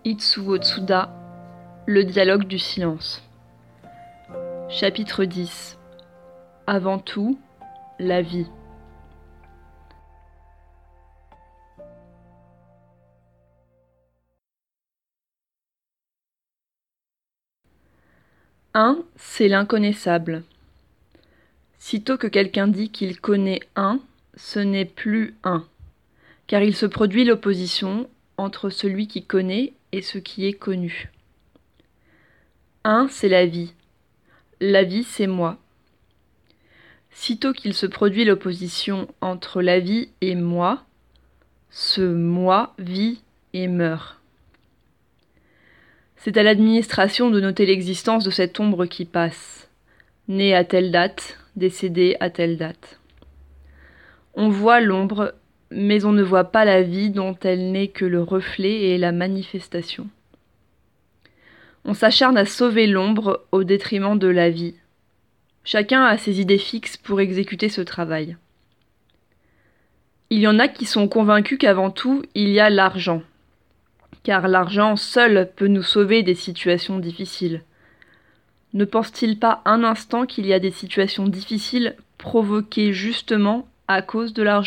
Itsuo Tsuda, le dialogue du silence. Chapitre 10. Avant tout, la vie. Un, c'est l'inconnaissable. Sitôt que quelqu'un dit qu'il connaît un, ce n'est plus un, car il se produit l'opposition entre celui qui connaît et ce qui est connu. Un, c'est la vie. La vie, c'est moi. Sitôt qu'il se produit l'opposition entre la vie et moi, ce moi vit et meurt. C'est à l'administration de noter l'existence de cette ombre qui passe, née à telle date, décédée à telle date. On voit l'ombre, mais on ne voit pas la vie dont elle n'est que le reflet et la manifestation. On s'acharne à sauver l'ombre au détriment de la vie. Chacun a ses idées fixes pour exécuter ce travail. Il y en a qui sont convaincus qu'avant tout, il y a l'argent, car l'argent seul peut nous sauver des situations difficiles. Ne pense-t-il pas un instant qu'il y a des situations difficiles provoquées justement à cause de l'argent ?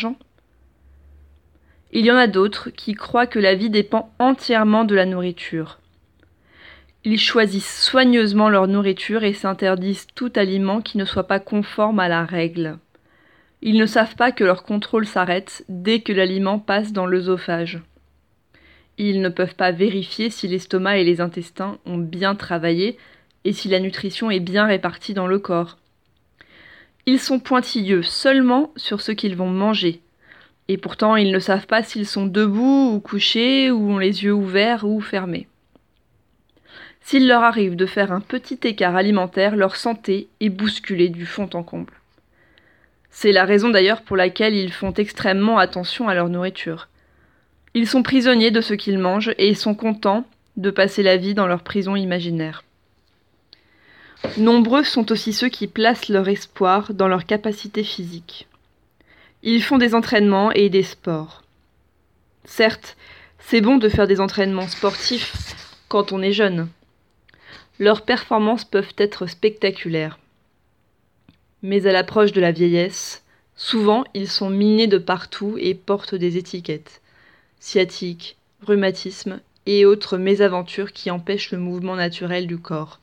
Il y en a d'autres qui croient que la vie dépend entièrement de la nourriture. Ils choisissent soigneusement leur nourriture et s'interdisent tout aliment qui ne soit pas conforme à la règle. Ils ne savent pas que leur contrôle s'arrête dès que l'aliment passe dans l'œsophage. Ils ne peuvent pas vérifier si l'estomac et les intestins ont bien travaillé et si la nutrition est bien répartie dans le corps. Ils sont pointilleux seulement sur ce qu'ils vont manger. Et pourtant, ils ne savent pas s'ils sont debout ou couchés, ou ont les yeux ouverts ou fermés. S'il leur arrive de faire un petit écart alimentaire, leur santé est bousculée du fond en comble. C'est la raison d'ailleurs pour laquelle ils font extrêmement attention à leur nourriture. Ils sont prisonniers de ce qu'ils mangent et sont contents de passer la vie dans leur prison imaginaire. Nombreux sont aussi ceux qui placent leur espoir dans leur capacité physique. Ils font des entraînements et des sports. Certes, c'est bon de faire des entraînements sportifs quand on est jeune. Leurs performances peuvent être spectaculaires. Mais à l'approche de la vieillesse, souvent ils sont minés de partout et portent des étiquettes. Sciatique, rhumatisme et autres mésaventures qui empêchent le mouvement naturel du corps.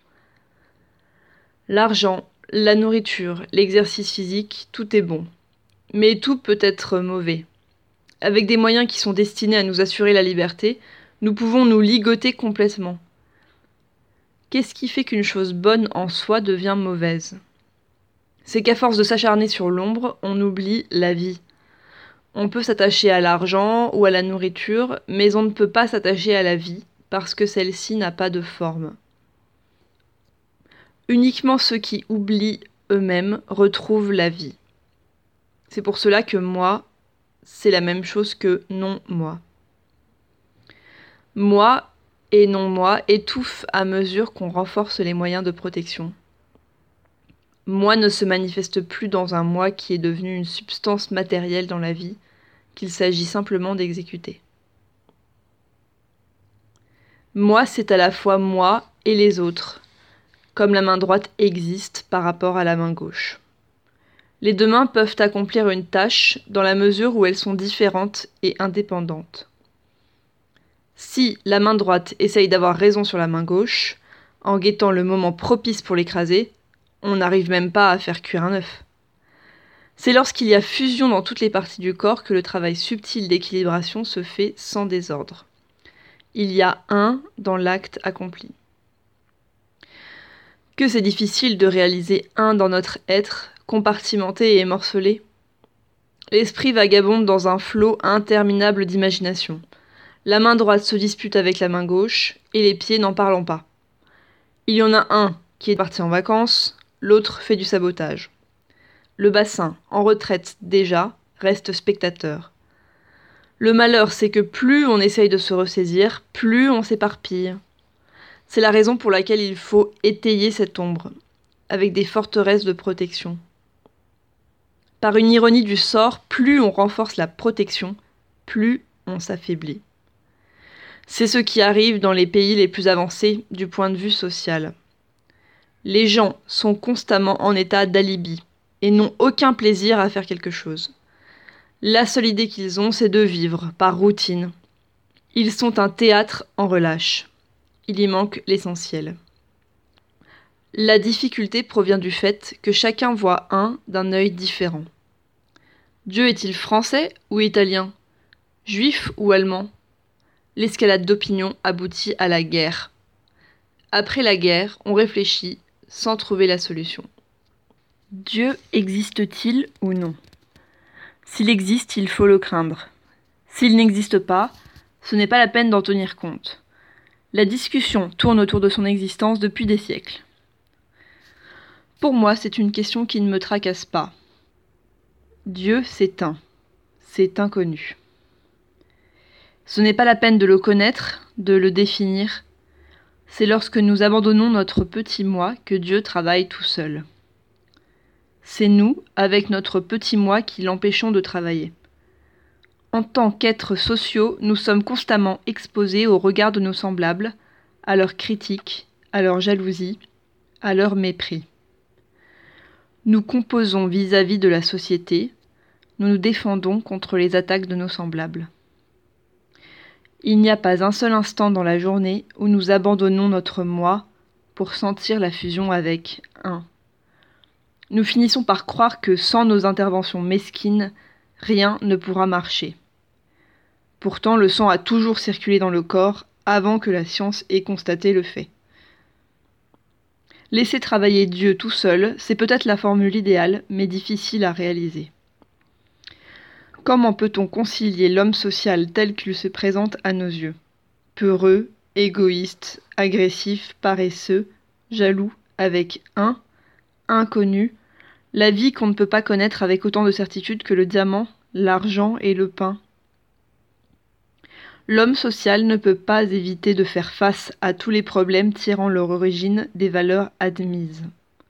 L'argent, la nourriture, l'exercice physique, tout est bon. Mais tout peut être mauvais. Avec des moyens qui sont destinés à nous assurer la liberté, nous pouvons nous ligoter complètement. Qu'est-ce qui fait qu'une chose bonne en soi devient mauvaise ? C'est qu'à force de s'acharner sur l'ombre, on oublie la vie. On peut s'attacher à l'argent ou à la nourriture, mais on ne peut pas s'attacher à la vie, parce que celle-ci n'a pas de forme. Uniquement ceux qui oublient eux-mêmes retrouvent la vie. C'est pour cela que moi, c'est la même chose que non-moi. Moi et non-moi étouffent à mesure qu'on renforce les moyens de protection. Moi ne se manifeste plus dans un moi qui est devenu une substance matérielle dans la vie, qu'il s'agit simplement d'exécuter. Moi, c'est à la fois moi et les autres, comme la main droite existe par rapport à la main gauche. Les deux mains peuvent accomplir une tâche dans la mesure où elles sont différentes et indépendantes. Si la main droite essaye d'avoir raison sur la main gauche, en guettant le moment propice pour l'écraser, on n'arrive même pas à faire cuire un œuf. C'est lorsqu'il y a fusion dans toutes les parties du corps que le travail subtil d'équilibration se fait sans désordre. Il y a un dans l'acte accompli. Que c'est difficile de réaliser un dans notre être, compartimenté et morcelé. L'esprit vagabonde dans un flot interminable d'imagination. La main droite se dispute avec la main gauche, et les pieds n'en parlons pas. Il y en a un qui est parti en vacances, l'autre fait du sabotage. Le bassin, en retraite déjà, reste spectateur. Le malheur, c'est que plus on essaye de se ressaisir, plus on s'éparpille. C'est la raison pour laquelle il faut étayer cette ombre, avec des forteresses de protection. Par une ironie du sort, plus on renforce la protection, plus on s'affaiblit. C'est ce qui arrive dans les pays les plus avancés du point de vue social. Les gens sont constamment en état d'alibi et n'ont aucun plaisir à faire quelque chose. La seule idée qu'ils ont, c'est de vivre par routine. Ils sont un théâtre en relâche. Il y manque l'essentiel. La difficulté provient du fait que chacun voit d'un œil différent. Dieu est-il français ou italien? Juif ou allemand? L'escalade d'opinion aboutit à la guerre. Après la guerre, on réfléchit sans trouver la solution. Dieu existe-t-il ou non? S'il existe, il faut le craindre. S'il n'existe pas, ce n'est pas la peine d'en tenir compte. La discussion tourne autour de son existence depuis des siècles. Pour moi, c'est une question qui ne me tracasse pas. Dieu, c'est inconnu. Ce n'est pas la peine de le connaître, de le définir. C'est lorsque nous abandonnons notre petit moi que Dieu travaille tout seul. C'est nous, avec notre petit moi, qui l'empêchons de travailler. En tant qu'êtres sociaux, nous sommes constamment exposés au regard de nos semblables, à leurs critiques, à leur jalousie, à leur mépris. Nous composons vis-à-vis de la société, nous nous défendons contre les attaques de nos semblables. Il n'y a pas un seul instant dans la journée où nous abandonnons notre moi pour sentir la fusion avec un. Nous finissons par croire que sans nos interventions mesquines, rien ne pourra marcher. Pourtant, le sang a toujours circulé dans le corps avant que la science ait constaté le fait. Laisser travailler Dieu tout seul, c'est peut-être la formule idéale, mais difficile à réaliser. Comment peut-on concilier l'homme social tel qu'il se présente à nos yeux? Peureux, égoïste, agressif, paresseux, jaloux, avec inconnu, la vie qu'on ne peut pas connaître avec autant de certitude que le diamant, l'argent et le pain. L'homme social ne peut pas éviter de faire face à tous les problèmes tirant leur origine des valeurs admises.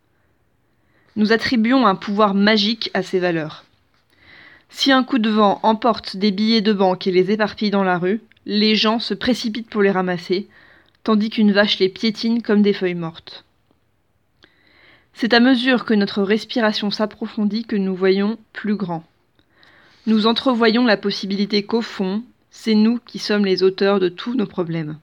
Nous attribuons un pouvoir magique à ces valeurs. Si un coup de vent emporte des billets de banque et les éparpille dans la rue, les gens se précipitent pour les ramasser, tandis qu'une vache les piétine comme des feuilles mortes. C'est à mesure que notre respiration s'approfondit que nous voyons plus grand. Nous entrevoyons la possibilité qu'au fond, c'est nous qui sommes les auteurs de tous nos problèmes.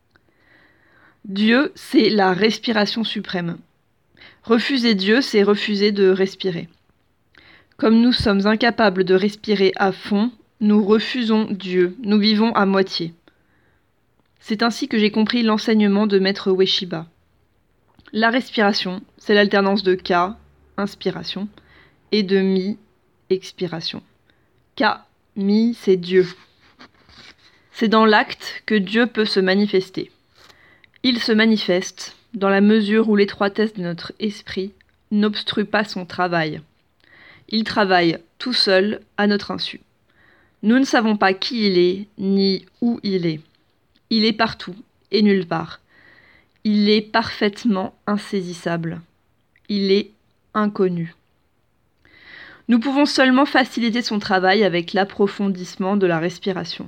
Dieu, c'est la respiration suprême. Refuser Dieu, c'est refuser de respirer. Comme nous sommes incapables de respirer à fond, nous refusons Dieu, nous vivons à moitié. C'est ainsi que j'ai compris l'enseignement de Maître Ueshiba. La respiration, c'est l'alternance de Ka, inspiration, et de Mi, expiration. Ka, Mi, c'est Dieu. C'est dans l'acte que Dieu peut se manifester. Il se manifeste dans la mesure où l'étroitesse de notre esprit n'obstrue pas son travail. Il travaille tout seul à notre insu. Nous ne savons pas qui il est, ni où il est. Il est partout et nulle part. Il est parfaitement insaisissable. Il est inconnu. Nous pouvons seulement faciliter son travail avec l'approfondissement de la respiration.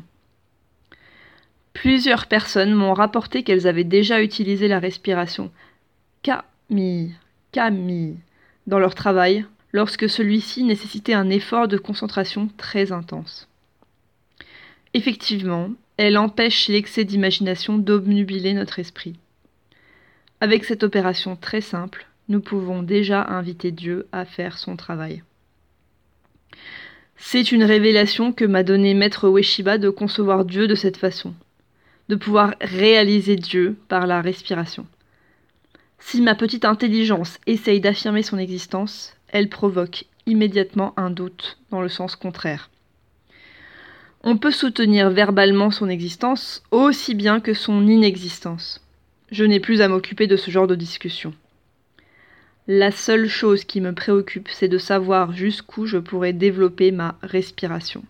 Plusieurs personnes m'ont rapporté qu'elles avaient déjà utilisé la respiration Ka-mi dans leur travail, lorsque celui-ci nécessitait un effort de concentration très intense. Effectivement, elle empêche l'excès d'imagination d'obnubiler notre esprit. Avec cette opération très simple, nous pouvons déjà inviter Dieu à faire son travail. C'est une révélation que m'a donnée Maître Ueshiba de concevoir Dieu de cette façon, de pouvoir réaliser Dieu par la respiration. Si ma petite intelligence essaye d'affirmer son existence, elle provoque immédiatement un doute dans le sens contraire. On peut soutenir verbalement son existence aussi bien que son inexistence. Je n'ai plus à m'occuper de ce genre de discussion. La seule chose qui me préoccupe, c'est de savoir jusqu'où je pourrais développer ma respiration.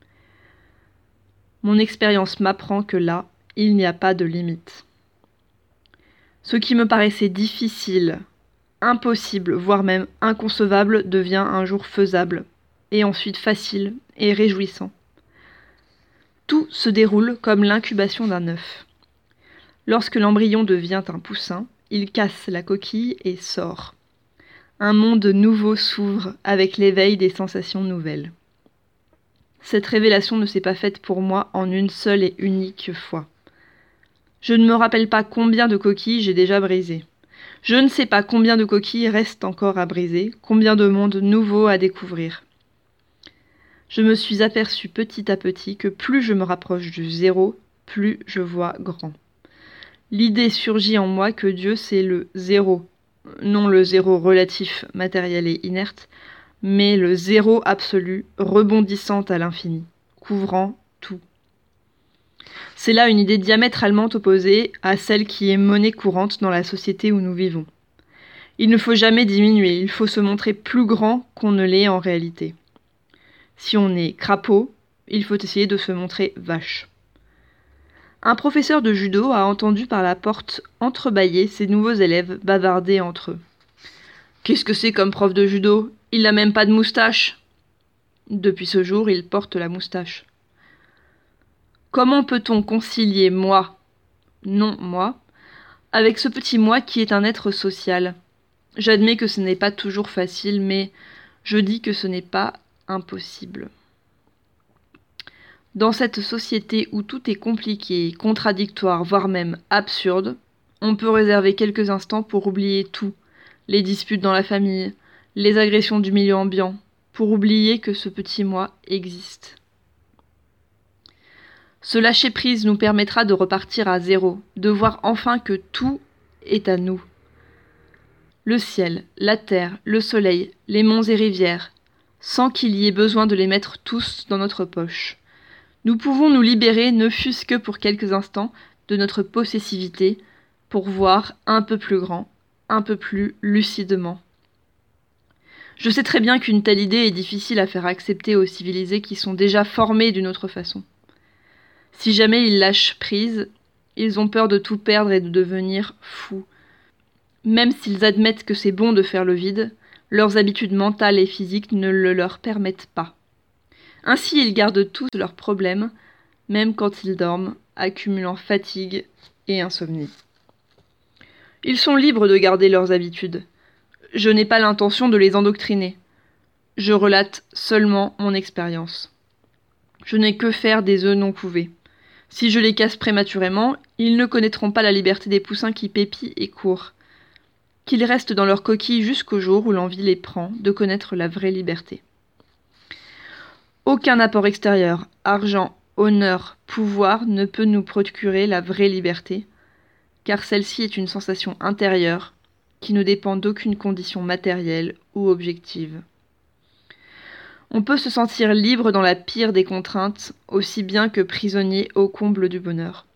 Mon expérience m'apprend que là, il n'y a pas de limite. Ce qui me paraissait difficile, impossible, voire même inconcevable, devient un jour faisable, et ensuite facile et réjouissant. Tout se déroule comme l'incubation d'un œuf. Lorsque l'embryon devient un poussin, il casse la coquille et sort. Un monde nouveau s'ouvre avec l'éveil des sensations nouvelles. Cette révélation ne s'est pas faite pour moi en une seule et unique fois. Je ne me rappelle pas combien de coquilles j'ai déjà brisées. Je ne sais pas combien de coquilles restent encore à briser, combien de mondes nouveaux à découvrir. Je me suis aperçu petit à petit que plus je me rapproche du zéro, plus je vois grand. L'idée surgit en moi que Dieu c'est le zéro, non le zéro relatif, matériel et inerte, mais le zéro absolu, rebondissant à l'infini, couvrant tout. C'est là une idée diamétralement opposée à celle qui est monnaie courante dans la société où nous vivons. Il ne faut jamais diminuer, il faut se montrer plus grand qu'on ne l'est en réalité. Si on est crapaud, il faut essayer de se montrer vache. Un professeur de judo a entendu par la porte entrebâillée ses nouveaux élèves bavarder entre eux. « Qu'est-ce que c'est comme prof de judo ? Il n'a même pas de moustache !» Depuis ce jour, il porte la moustache. Comment peut-on concilier moi, non moi, avec ce petit moi qui est un être social ? J'admets que ce n'est pas toujours facile, mais je dis que ce n'est pas impossible. Dans cette société où tout est compliqué, contradictoire, voire même absurde, on peut réserver quelques instants pour oublier tout, les disputes dans la famille, les agressions du milieu ambiant, pour oublier que ce petit moi existe. Ce lâcher-prise nous permettra de repartir à zéro, de voir enfin que tout est à nous. Le ciel, la terre, le soleil, les monts et rivières, sans qu'il y ait besoin de les mettre tous dans notre poche. Nous pouvons nous libérer, ne fût-ce que pour quelques instants, de notre possessivité, pour voir un peu plus grand, un peu plus lucidement. Je sais très bien qu'une telle idée est difficile à faire accepter aux civilisés qui sont déjà formés d'une autre façon. Si jamais ils lâchent prise, ils ont peur de tout perdre et de devenir fous. Même s'ils admettent que c'est bon de faire le vide, leurs habitudes mentales et physiques ne le leur permettent pas. Ainsi, ils gardent tous leurs problèmes, même quand ils dorment, accumulant fatigue et insomnie. Ils sont libres de garder leurs habitudes. Je n'ai pas l'intention de les endoctriner. Je relate seulement mon expérience. Je n'ai que faire des œufs non couvés. Si je les casse prématurément, ils ne connaîtront pas la liberté des poussins qui pépient et courent. Qu'ils restent dans leur coquille jusqu'au jour où l'envie les prend de connaître la vraie liberté. Aucun apport extérieur, argent, honneur, pouvoir ne peut nous procurer la vraie liberté, car celle-ci est une sensation intérieure qui ne dépend d'aucune condition matérielle ou objective. On peut se sentir libre dans la pire des contraintes, aussi bien que prisonnier au comble du bonheur.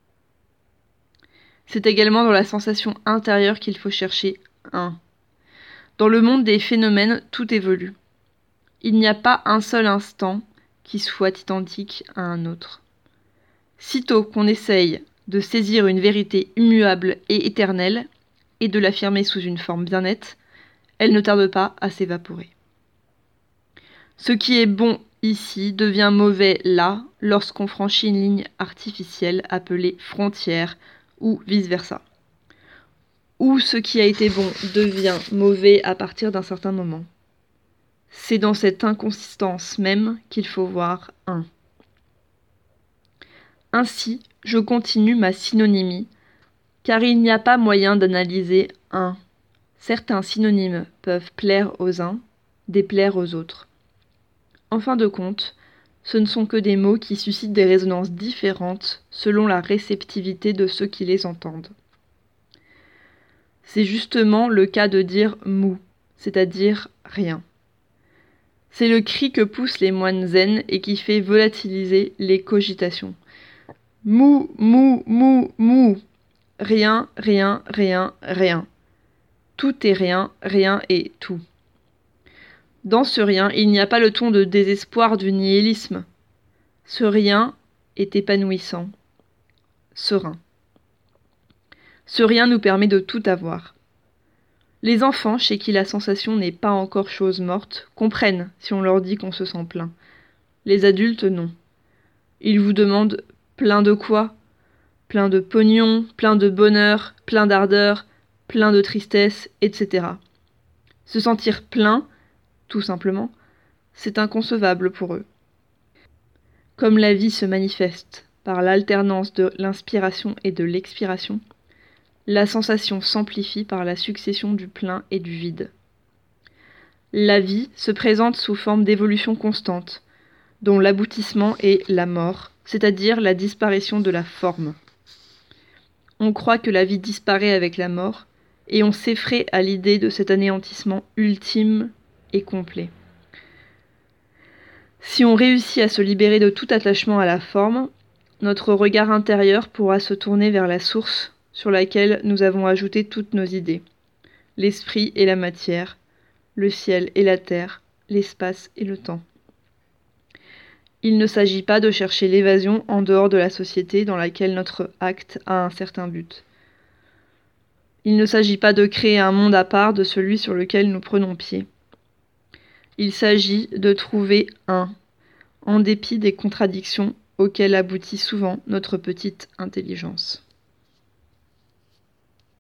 C'est également dans la sensation intérieure qu'il faut chercher un. Dans le monde des phénomènes, tout évolue. Il n'y a pas un seul instant qui soit identique à un autre. Sitôt qu'on essaye de saisir une vérité immuable et éternelle, et de l'affirmer sous une forme bien nette, elle ne tarde pas à s'évaporer. Ce qui est bon ici devient mauvais là, lorsqu'on franchit une ligne artificielle appelée frontière, ou vice-versa. Ou ce qui a été bon devient mauvais à partir d'un certain moment. C'est dans cette inconsistance même qu'il faut voir un. Ainsi, je continue ma synonymie, car il n'y a pas moyen d'analyser un. Certains synonymes peuvent plaire aux uns, déplaire aux autres. En fin de compte, ce ne sont que des mots qui suscitent des résonances différentes selon la réceptivité de ceux qui les entendent. C'est justement le cas de dire mou, c'est-à-dire rien. C'est le cri que poussent les moines zen et qui fait volatiliser les cogitations. Mou, mou, mou, mou. Rien, rien, rien, rien. Tout est rien, rien est tout. Dans ce rien, il n'y a pas le ton de désespoir du nihilisme. Ce rien est épanouissant, serein. Ce rien nous permet de tout avoir. Les enfants, chez qui la sensation n'est pas encore chose morte, comprennent si on leur dit qu'on se sent plein. Les adultes, non. Il vous demande plein de quoi? Plein de pognon, plein de bonheur, plein d'ardeur, plein de tristesse, etc. Se sentir plein, tout simplement, c'est inconcevable pour eux. Comme la vie se manifeste par l'alternance de l'inspiration et de l'expiration, la sensation s'amplifie par la succession du plein et du vide. La vie se présente sous forme d'évolution constante, dont l'aboutissement est la mort, c'est-à-dire la disparition de la forme. On croit que la vie disparaît avec la mort, et on s'effraie à l'idée de cet anéantissement ultime et complet. Si on réussit à se libérer de tout attachement à la forme, notre regard intérieur pourra se tourner vers la source sur laquelle nous avons ajouté toutes nos idées, l'esprit et la matière, le ciel et la terre, l'espace et le temps. Il ne s'agit pas de chercher l'évasion en dehors de la société dans laquelle notre acte a un certain but. Il ne s'agit pas de créer un monde à part de celui sur lequel nous prenons pied. Il s'agit de trouver un, en dépit des contradictions auxquelles aboutit souvent notre petite intelligence.